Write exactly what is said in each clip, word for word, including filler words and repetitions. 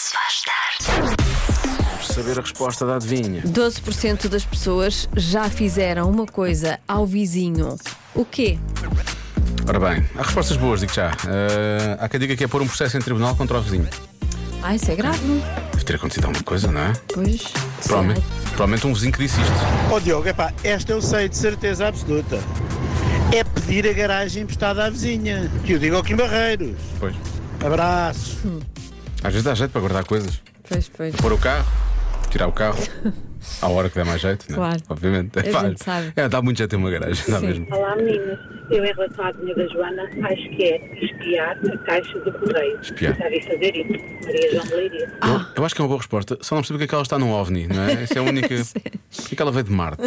se faz tarde. Vamos saber a resposta da adivinha. doze por cento das pessoas já fizeram uma coisa ao vizinho. O quê? Ora bem, há respostas boas, digo já. Uh, há quem diga que é pôr um processo em tribunal contra o vizinho. Ah, isso é grave. Deve ter acontecido alguma coisa, não é? Pois. Provavelmente, provavelmente um vizinho que disse isto. Ó Diogo, epá, esta eu sei de certeza absoluta. É pedir a garagem emprestada à vizinha. Que eu digo ao Kim Barreiros. Pois. Abraço. Às vezes dá jeito para guardar coisas. Pois, pois. Pôr o carro, tirar o carro, à hora que der mais jeito, não é? Claro. Obviamente. A gente sabe. É, dá muito jeito ter uma garagem, dá mesmo. Olá meninas, eu em relação à vinha da Joana acho que é espiar a caixa do correio. Espiar. Já vi fazer isso, Maria João de Leiria. Eu, eu acho que é uma boa resposta. Só não percebo porque é que ela está num OVNI, não é? Essa é a única. Porque é que ela veio de Marte?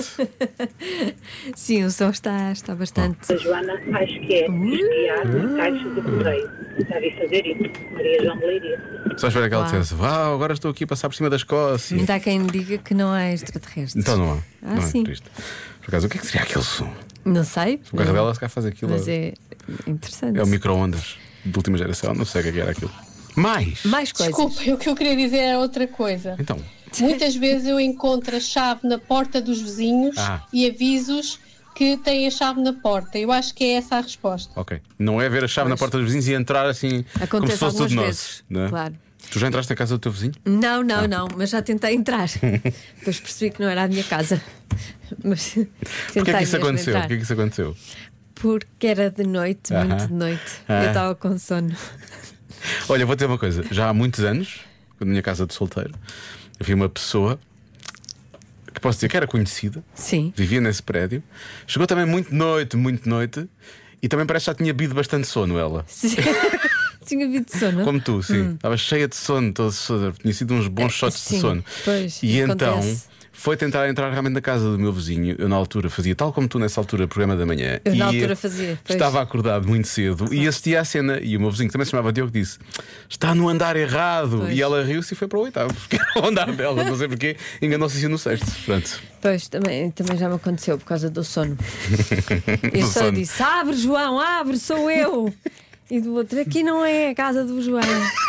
Sim, o som está, está bastante. A Joana acho que é espiar a caixa do correio. Já vi fazer isso, Maria João de Leiria. Só espera que ela Uau. dissesse: Uau, agora estou aqui a passar por cima da Escócia. Ainda há quem diga que não é extraterrestre. Então não há. Ah, não sim. é triste. Por acaso, o que é que seria aquele som? Não sei. O carro dela se calhar faz aquilo. Mas é interessante. É o micro-ondas de última geração, não sei o que é que era aquilo. Mais! Mais coisas. Desculpa, o que eu queria dizer era outra coisa. Então, Muitas vezes eu encontro a chave na porta dos vizinhos Ah. e avisos que têm a chave na porta. Eu acho que é essa a resposta. ok. Não é ver a chave na porta dos vizinhos e entrar assim como se Acontece fosse algumas tudo vezes. nosso. Não é? Claro. Tu já entraste na casa do teu vizinho? Não, Ah. não, não, mas já tentei entrar. Depois percebi que não era a minha casa. Mas Porquê tentei é que isso mesmo aconteceu? entrar. Porquê é que isso aconteceu? Porque era de noite, muito Aham. de noite. Ah. Eu estava com sono. Olha, vou ter uma coisa. Já há muitos anos, na minha casa de solteiro, havia uma pessoa que posso dizer que era conhecida, Sim. vivia nesse prédio, chegou também muito de noite, muito de noite, e também parece que já tinha bebido bastante sono ela. Sim. Tinha vindo de sono. Como tu, sim. Estava cheia de sono, toda sono, tinha sido uns bons shots Sim, de sono. pois, e então acontece. foi tentar entrar realmente na casa do meu vizinho. Eu, na altura, fazia tal como tu nessa altura, programa da manhã. Eu, e na altura, fazia, pois. Estava acordado muito cedo e assistia à cena. E o meu vizinho, que também se chamava Diogo, disse: Está no andar errado. Pois. E ela riu-se e foi para o oitavo, porque era o andar dela. Não sei porquê, enganou-se assim no sexto. Pronto. Pois, também, também já me aconteceu por causa do sono. E Do só sono. disse: abre, João, abre, sou eu. E do outro, aqui não é a casa do João.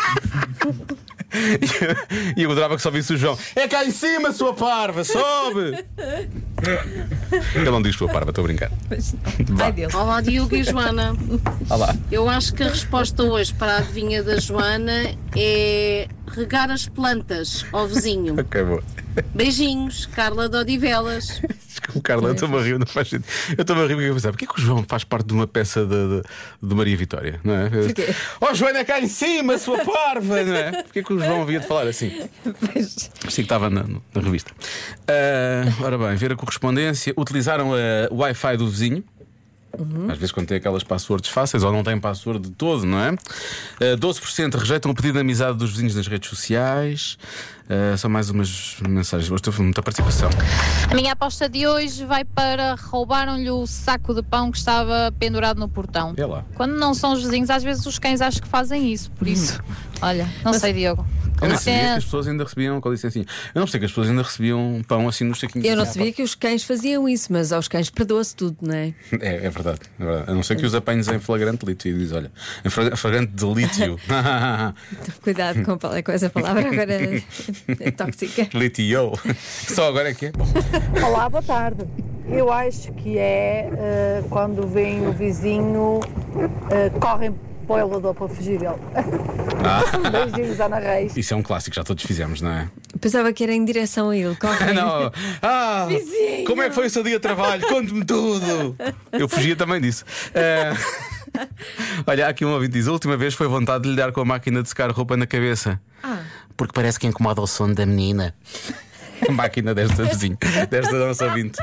E eu adorava que só visse o João: É cá em cima, sua parva, sobe! Ele não diz sua parva, estou a brincar. Mas não. Vai dele. Olá Diogo e Joana. Olá. Eu acho que a resposta hoje para a adivinha da Joana é regar as plantas ao vizinho. Ok, boa. Beijinhos, Carla de Odivelas. Desculpa, Carla, eu estou-me a rir, não faz sentido. Eu estou-me a rir porque eu pensava: porquê que o João faz parte de uma peça de, de, de Maria Vitória? Não é? Porquê? Oh, Joana, é cá em cima, sua parva, não é? Porquê que o João havia de falar assim? Pois. Assim que estava na, na revista. Ah, ora bem, ver a correspondência. Utilizaram a Wi-Fi do vizinho. Às vezes quando tem aquelas passwords fáceis ou não tem password de todo, não é? Uh, doze por cento rejeitam o pedido de amizade dos vizinhos nas redes sociais. Uh, são mais umas mensagens. Hoje estou a muita participação. A minha aposta de hoje vai para roubaram-lhe o saco de pão que estava pendurado no portão. É lá. Quando não são os vizinhos, às vezes os cães acho que fazem isso. Por isso, olha, não sei, Diogo. Com Eu não sabia que as licença. pessoas ainda recebiam, com licencinha. Eu não sei que as pessoas ainda recebiam pão assim nos saquinhos. Eu não assim. sabia que os cães faziam isso, mas aos cães perdoa-se tudo, não é? É, é verdade, é verdade. A não ser que os apanhes em flagrante lítio e diz: Olha, em fra- flagrante de lítio. Então, cuidado com, a pala- com essa palavra, agora é tóxica. Litio. Só agora é que é. Bom, Olá, boa tarde. Eu acho que é eh, quando vem o vizinho, eh, correm para o elevador para fugir dele. Beijinhos, Ana Reis. isso é um clássico, já todos fizemos, não é? Pensava que era em direção a ele. Corre. Não. Ah, Vizinho. como é que foi o seu dia de trabalho? Conte-me tudo. Eu fugia também disso. Eh, Olha, há aqui um ouvinte que diz: a última vez foi vontade de lhe dar com a máquina de secar roupa na cabeça. Ah. Porque parece que incomoda o sono da menina. A máquina desta vizinha, desta nossa ouvinte.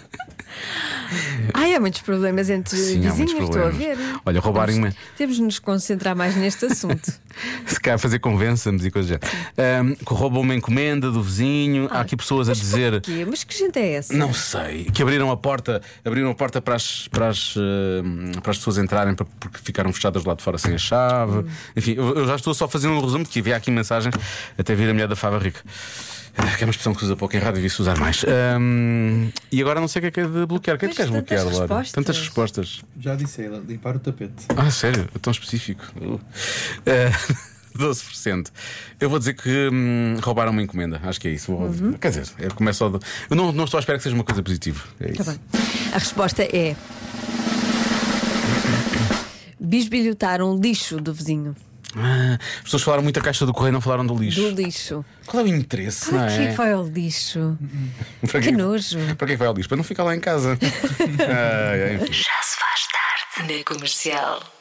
Ai, há muitos problemas entre Sim, há vizinhos, muitos estou a problemas. ver. Olha, roubarem Temos- uma- Temos de nos concentrar mais neste assunto. Se calhar fazer convença-nos e coisas já. Um, que roubam uma encomenda do vizinho. Há aqui pessoas a dizer. Porquê? Mas que gente é essa? Não sei, que abriram a porta, abriram a porta para as, para as, eh, para as pessoas entrarem para- porque ficaram fechadas lá de fora sem a chave. Enfim, eu, eu já estou só a fazer um resumo, porque havia aqui mensagens, até vir a mulher da Fava Rica. Que é uma expressão que se usa pouco em rádio e devia-se usar mais. Um, e agora não sei o que é que é de bloquear. O que é que tu Pois, queres bloquear, tantas Laura? respostas. Tantas respostas. Já disse ela, limpar o tapete. Ah, sério? É tão específico. Uh. Uh, doze por cento. Eu vou dizer que hum, roubaram uma encomenda. Acho que é isso. Uhum. Quer dizer, eu começo a... Eu não, não estou à espera que seja uma coisa positiva. É isso. Tá bem. A resposta é: bisbilhotaram o lixo do vizinho. Ah, as pessoas falaram muito da caixa do correio, não falaram do lixo. Do lixo. Qual é o interesse? Para não que é? vai ao lixo? Para Que nojo. Para que vai ao lixo? Para não ficar lá em casa. ah, enfim. Já se faz tarde na Comercial.